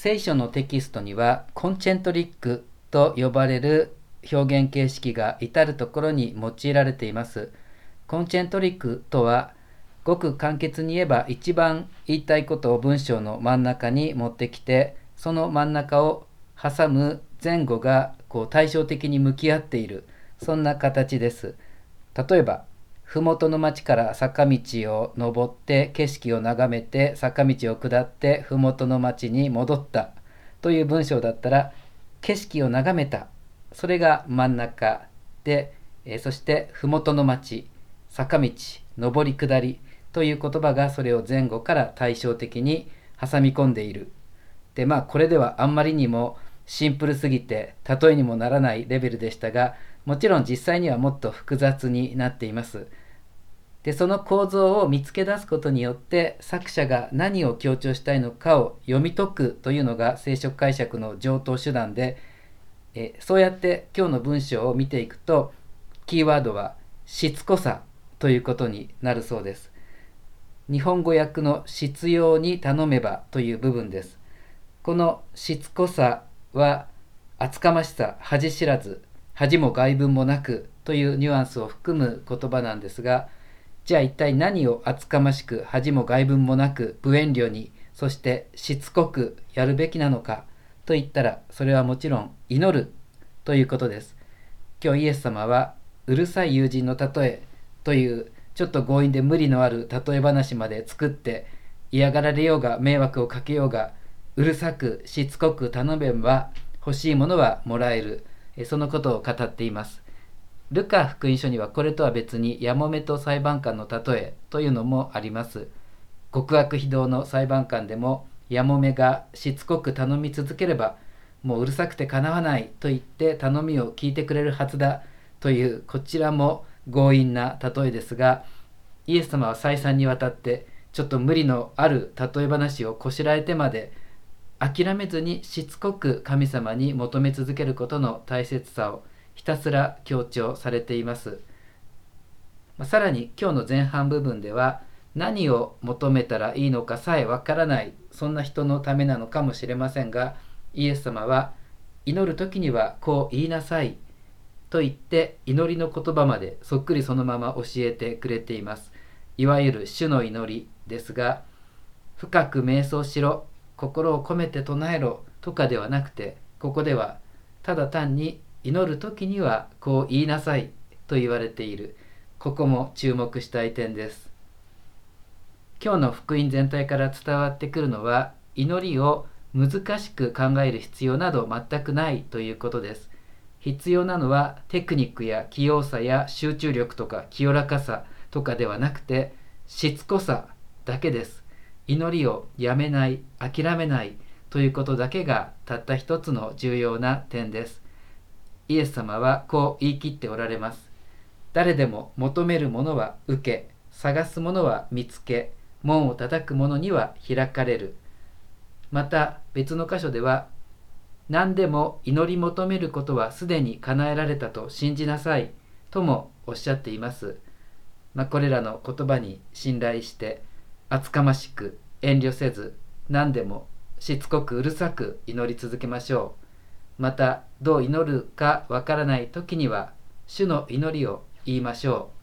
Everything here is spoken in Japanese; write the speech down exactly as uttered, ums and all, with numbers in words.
聖書のテキストにはコンチェントリックと呼ばれる表現形式が至るところに用いられています。コンチェントリックとは、ごく簡潔に言えば一番言いたいことを文章の真ん中に持ってきて、その真ん中を挟む前後がこう対照的に向き合っている、そんな形です。例えば、麓の町から坂道を登って景色を眺めて坂道を下って麓の町に戻ったという文章だったら、景色を眺めた、それが真ん中で、えー、そして麓の町、坂道、上り下りという言葉がそれを前後から対照的に挟み込んでいる。でまあこれではあんまりにもシンプルすぎて例えにもならないレベルでしたが、もちろん実際にはもっと複雑になっています。でその構造を見つけ出すことによって作者が何を強調したいのかを読み解くというのが聖書解釈の常套手段で、えそうやって今日の文章を見ていくと、キーワードはしつこさということになるそうです。日本語訳の必要に頼めばという部分です。このしつこさは厚かましさ、恥知らず、恥も外聞もなくというニュアンスを含む言葉なんですが、じゃあ一体何を厚かましく恥も外聞もなく無遠慮に、そしてしつこくやるべきなのかと言ったら、それはもちろん祈るということです。今日イエス様はうるさい友人の例えというちょっと強引で無理のある例え話まで作って、嫌がられようが迷惑をかけようがうるさくしつこく頼めば欲しいものはもらえる、そのことを語っています。ルカ福音書にはこれとは別にやもめと裁判官の例えというのもあります。極悪非道の裁判官でもやもめがしつこく頼み続ければ、もううるさくてかなわないと言って頼みを聞いてくれるはずだという、こちらも強引な例えですが、イエス様は再三にわたってちょっと無理のある例え話をこしらえてまで諦めずにしつこく神様に求め続けることの大切さをひたすら強調されています。さらに今日の前半部分では、何を求めたらいいのかさえわからない、そんな人のためなのかもしれませんが、イエス様は祈る時にはこう言いなさいと言って祈りの言葉までそっくりそのまま教えてくれています。いわゆる主の祈りですが、深く瞑想しろ、心を込めて唱えろとかではなくて、ここではただ単に祈る時にはこう言いなさいと言われている。ここも注目したい点です。今日の福音全体から伝わってくるのは、祈りを難しく考える必要など全くないということです。必要なのはテクニックや器用さや集中力とか清らかさとかではなくて、しつこさだけです。祈りをやめない、諦めないということだけがたった一つの重要な点です。イエス様はこう言い切っておられます。誰でも求めるものは受け、探すものは見つけ、門を叩く者には開かれる。また別の箇所では、何でも祈り求めることはすでに叶えられたと信じなさいともおっしゃっています。まあ、これらの言葉に信頼して厚かましく遠慮せず、何でもしつこくうるさく祈り続けましょう。またどう祈るかわからない時には主の祈りを言いましょう。